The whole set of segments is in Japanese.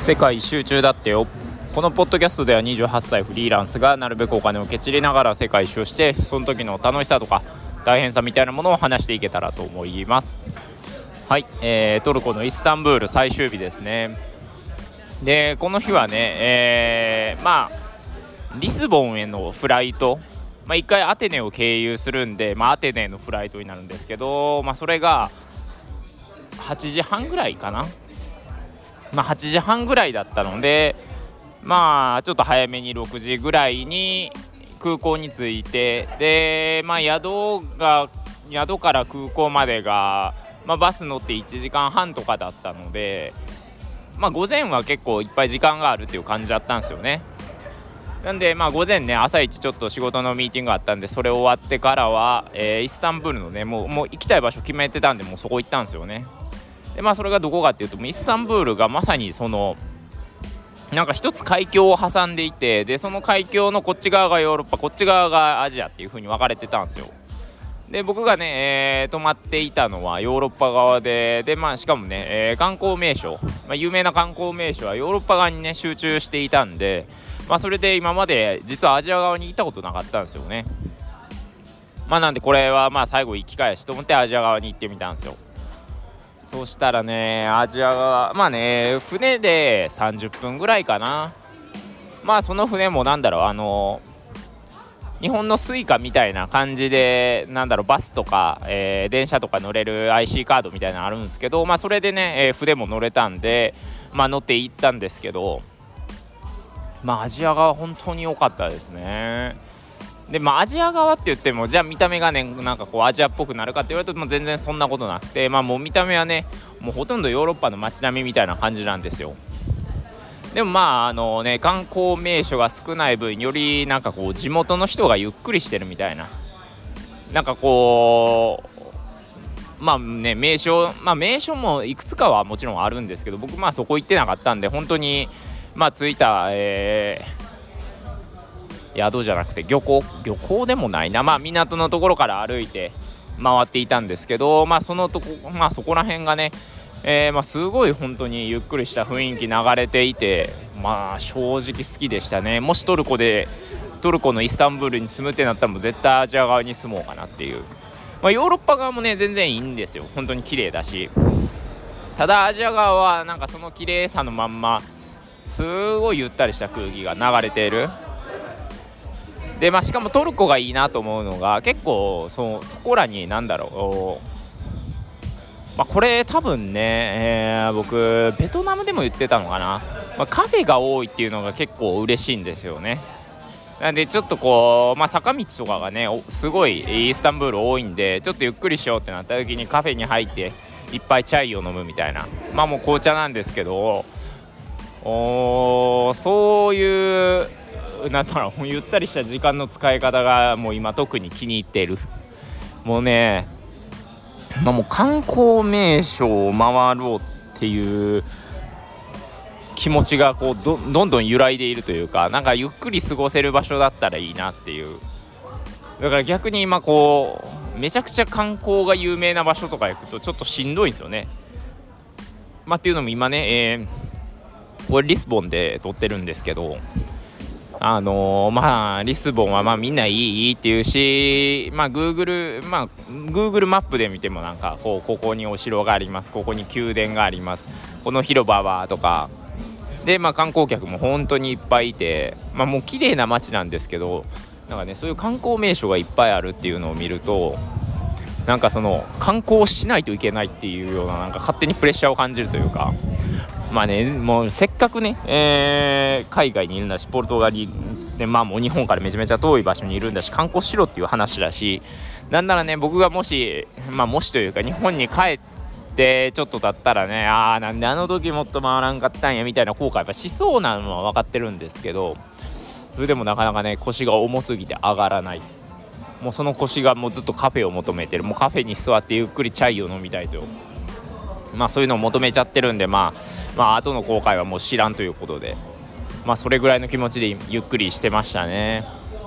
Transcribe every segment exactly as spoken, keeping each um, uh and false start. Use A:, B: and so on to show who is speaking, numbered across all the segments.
A: 世界一周中だってよ。このポッドキャストではにじゅうはっさいフリーランスがなるべくお金をけちりながら世界一周して、その時の楽しさとか大変さみたいなものを話していけたらと思います。はい、えー、トルコのイスタンブール最終日ですね。でこの日はね、えー、まあリスボンへのフライト、まあ、いっかいアテネを経由するんで、まあ、アテネへのフライトになるんですけど、まあ、それがはちじはんぐらいかな、まあ、はちじはんぐらいだったので、まあちょっと早めにろくじぐらいに空港に着いて、で、まあ、宿が宿から空港までが、まあ、バス乗っていちじかんはんとかだったので、まあ、午前は結構いっぱい時間があるっていう感じだったんですよね。なんでまあ午前ね、朝一ちょっと仕事のミーティングがあったんで、それ終わってからは、えー、イスタンブールのねもう、もう行きたい場所決めてたんで、もうそこ行ったんですよね。でまあそれがどこかっていうと、イスタンブールがまさにそのなんか一つ海峡を挟んでいて、でその海峡のこっち側がヨーロッパ、こっち側がアジアっていう風に分かれてたんですよ。で僕がね、えー、泊まっていたのはヨーロッパ側で、でまあしかもね、えー、観光名所、まあ、有名な観光名所はヨーロッパ側にね集中していたんで、まあそれで今まで実はアジア側に行ったことなかったんですよね。まあなんでこれはまあ最後行き返しと思ってアジア側に行ってみたんですよ。そうしたらね、アジア側、まあね船でさんじゅっぷんぐらいかな。まあその船もなんだろう、あの日本のスイカみたいな感じで、なんだろう、バスとか、えー、電車とか乗れる アイシー カードみたいなのあるんですけど、まあそれでね、えー、船も乗れたんで、まあ乗って行ったんですけど、まあアジア側本当に良かったですね。でまあアジア側って言っても、じゃあ見た目がねなんかこうアジアっぽくなるかって言われると、もう全然そんなことなくて、まあもう見た目はねもうほとんどヨーロッパの街並みみたいな感じなんですよ。でもまああのね観光名所が少ない分、よりなんかこう地元の人がゆっくりしてるみたいな、なんかこうまあね名所まあ名所もいくつかはもちろんあるんですけど、僕まあそこ行ってなかったんで、本当にまあ着いた、えー、宿じゃなくて漁港漁港でもないな、まあ港のところから歩いて回っていたんですけど、まあそのとこまあそこら辺がね、えー、まあすごい本当にゆっくりした雰囲気流れていて、まあ正直好きでしたね。もしトルコでトルコのイスタンブールに住むってなったら、もう絶対アジア側に住もうかなっていう。まあ、ヨーロッパ側もね全然いいんですよ、本当に綺麗だし。ただアジア側はなんかその綺麗さのまんますごいゆったりした空気が流れている。でまあしかもトルコがいいなと思うのが、結構 そ, そこらになんだろう、まあ、これ多分ね、えー、僕ベトナムでも言ってたのかな、まあ、カフェが多いっていうのが結構嬉しいんですよね。なんでちょっとこう、まあ、坂道とかがねすごいイスタンブール多いんで、ちょっとゆっくりしようってなった時にカフェに入っていっぱいチャイを飲むみたいな、まあもう紅茶なんですけど、おそういうなんだろう、ゆったりした時間の使い方がもう今特に気に入っている。もうねまあ、もう観光名所を回ろうっていう気持ちがこう ど, どんどん揺らいでいるというか、なんかゆっくり過ごせる場所だったらいいなっていう。だから逆に今こうめちゃくちゃ観光が有名な場所とか行くとちょっとしんどいんですよね。まあっていうのも今ね、えー、これリスボンで撮ってるんですけど、あのー、まあリスボンはまあみんないいいいっていうし、まあ Google まあ Google マップで見てもなんかこうここにお城があります、ここに宮殿があります、この広場はとかで、まあ観光客も本当にいっぱいいて、まあもう綺麗な街なんですけど、なんかねそういう観光名所がいっぱいあるっていうのを見ると、なんかその観光しないといけないっていうような、なんか勝手にプレッシャーを感じるというか。まあね、もうせっかくね、えー、海外にいるんだし、ポルトガルで、まあもう日本からめちゃめちゃ遠い場所にいるんだし、観光しろっていう話だし、なんならね僕がもしまあもしというか日本に帰ってちょっと経ったらね、ああなんであの時もっと回らんかったんやみたいな後悔やっぱしそうなのは分かってるんですけど、それでもなかなかね腰が重すぎて上がらない。もうその腰がもうずっとカフェを求めてる。もうカフェに座ってゆっくりチャイを飲みたいと、まあそういうのを求めちゃってるんで、まあまあ後の後悔はもう知らんということで、まあそれぐらいの気持ちでゆっくりしてましたね。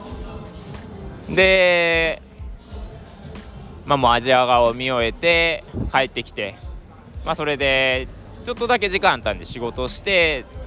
A: でまあもうアジア側を見終えて帰ってきて、まあそれでちょっとだけ時間あったんで仕事して、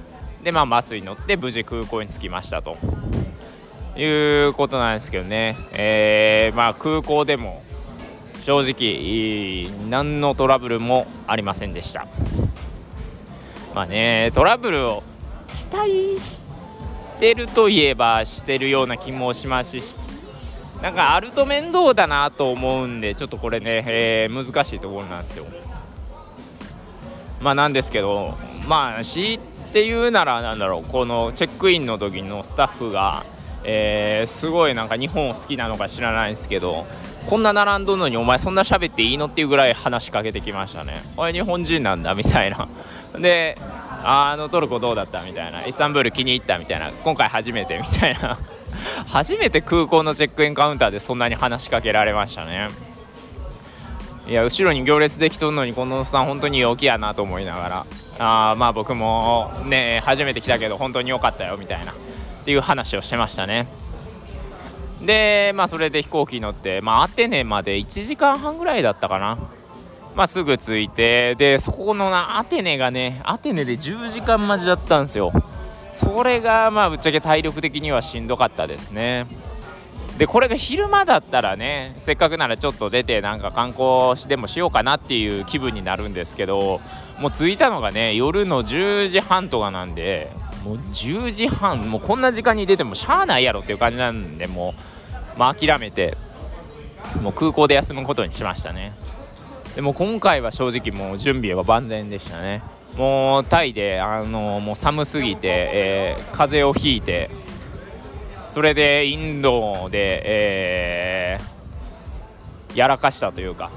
A: でまあバスに乗って無事空港に着きましたということなんですけどね、えー、まあ空港でも正直何のトラブルもありませんでした。まあね、トラブルを期待してるといえばしてるような気もしますし、なんかあると面倒だなと思うんで、ちょっとこれね、えー、難しいところなんですよ。まあなんですけど、まあ強いて言うならなんだろう、このチェックインの時のスタッフが、えー、すごいなんか日本を好きなのか知らないんですけど、こんな並んどんのにお前そんな喋っていいのっていうぐらい話しかけてきましたね。おい日本人なんだみたいな。で、あのトルコどうだったみたいな、イスタンブール気に入ったみたいな、今回初めてみたいな初めて空港のチェックインカウンターでそんなに話しかけられましたね。いや後ろに行列できとんのにこのおっさん本当に陽気やなと思いながら、あまあ僕もね初めて来たけど本当に良かったよみたいなっていう話をしてましたね。でまあそれで飛行機に乗って、まあ、アテネまでいちじかんはんぐらいだったかな。まあすぐ着いて、でそこのなアテネがねアテネでじゅうじかん待ちだったんですよ。それがまあぶっちゃけ体力的にはしんどかったですね。でこれが昼間だったらね、せっかくならちょっと出てなんか観光でもしようかなっていう気分になるんですけど、もう着いたのがね夜のじゅうじはんとかなんで、もうじゅうじはん、もうこんな時間に出てもしゃあないやろっていう感じなんで、もう、まあ、諦めてもう空港で休むことにしましたね。でも今回は正直もう準備は万全でしたね。もうタイであのもう寒すぎて、えー、風邪をひいて、それでインドで、えー、やらかしたというか、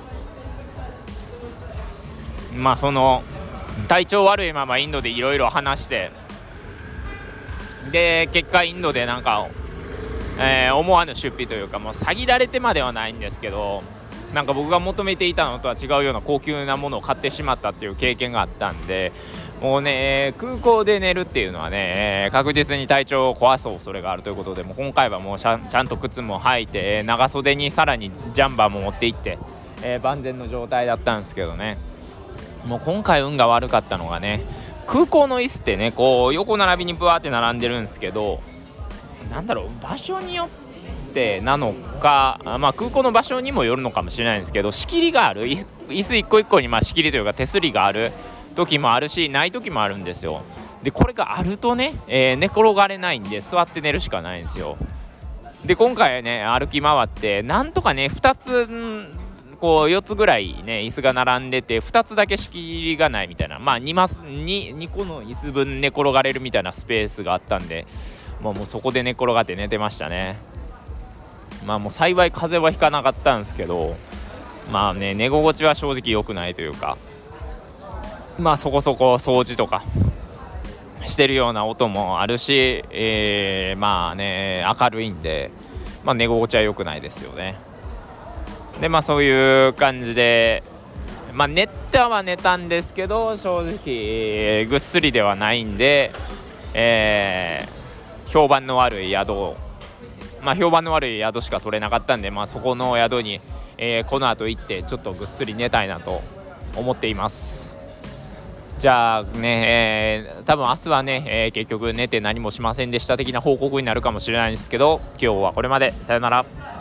A: まあその体調悪いままインドでいろいろ話して、で結果インドでなんか、えー、思わぬ出費というか、もう詐欺られてまではないんですけど、なんか僕が求めていたのとは違うような高級なものを買ってしまったっていう経験があったんで、もうね空港で寝るっていうのはね、確実に体調を壊す恐れがあるということで、もう今回はもうちゃんと靴も履いて、長袖にさらにジャンバーも持って行って、えー、万全の状態だったんですけどね、もう今回運が悪かったのがね、空港の椅子ってねこう横並びにブワーって並んでるんですけど、なんだろう、場所によってなのか、まあ空港の場所にもよるのかもしれないんですけど、仕切りがある椅子一個一個にまあ仕切りというか手すりがある時もあるし、ない時もあるんですよ。でこれがあるとね、えー、寝転がれないんで座って寝るしかないんですよ。で今回ね歩き回ってなんとかねふたつこうよっつぐらいね椅子が並んでて、ふたつだけ仕切りがないみたいな、まあ 2, マス 2, 2個の椅子分寝転がれるみたいなスペースがあったんで、まあ、もうそこで寝転がって寝てましたね。まあもう幸い風邪はひかなかったんですけど、まあね寝心地は正直良くないというか、まあそこそこ掃除とかしてるような音もあるし、えー、まあね明るいんで、まあ、寝心地は良くないですよね。でまあそういう感じで、まあ寝たは寝たんですけど、正直、えー、ぐっすりではないんで、えー、評判の悪い宿をまあ評判の悪い宿しか取れなかったんで、まあそこの宿に、えー、この後行ってちょっとぐっすり寝たいなと思っています。じゃあね、えー、多分明日はね、えー、結局寝て何もしませんでした的な報告になるかもしれないんですけど、今日はこれまで。さよなら。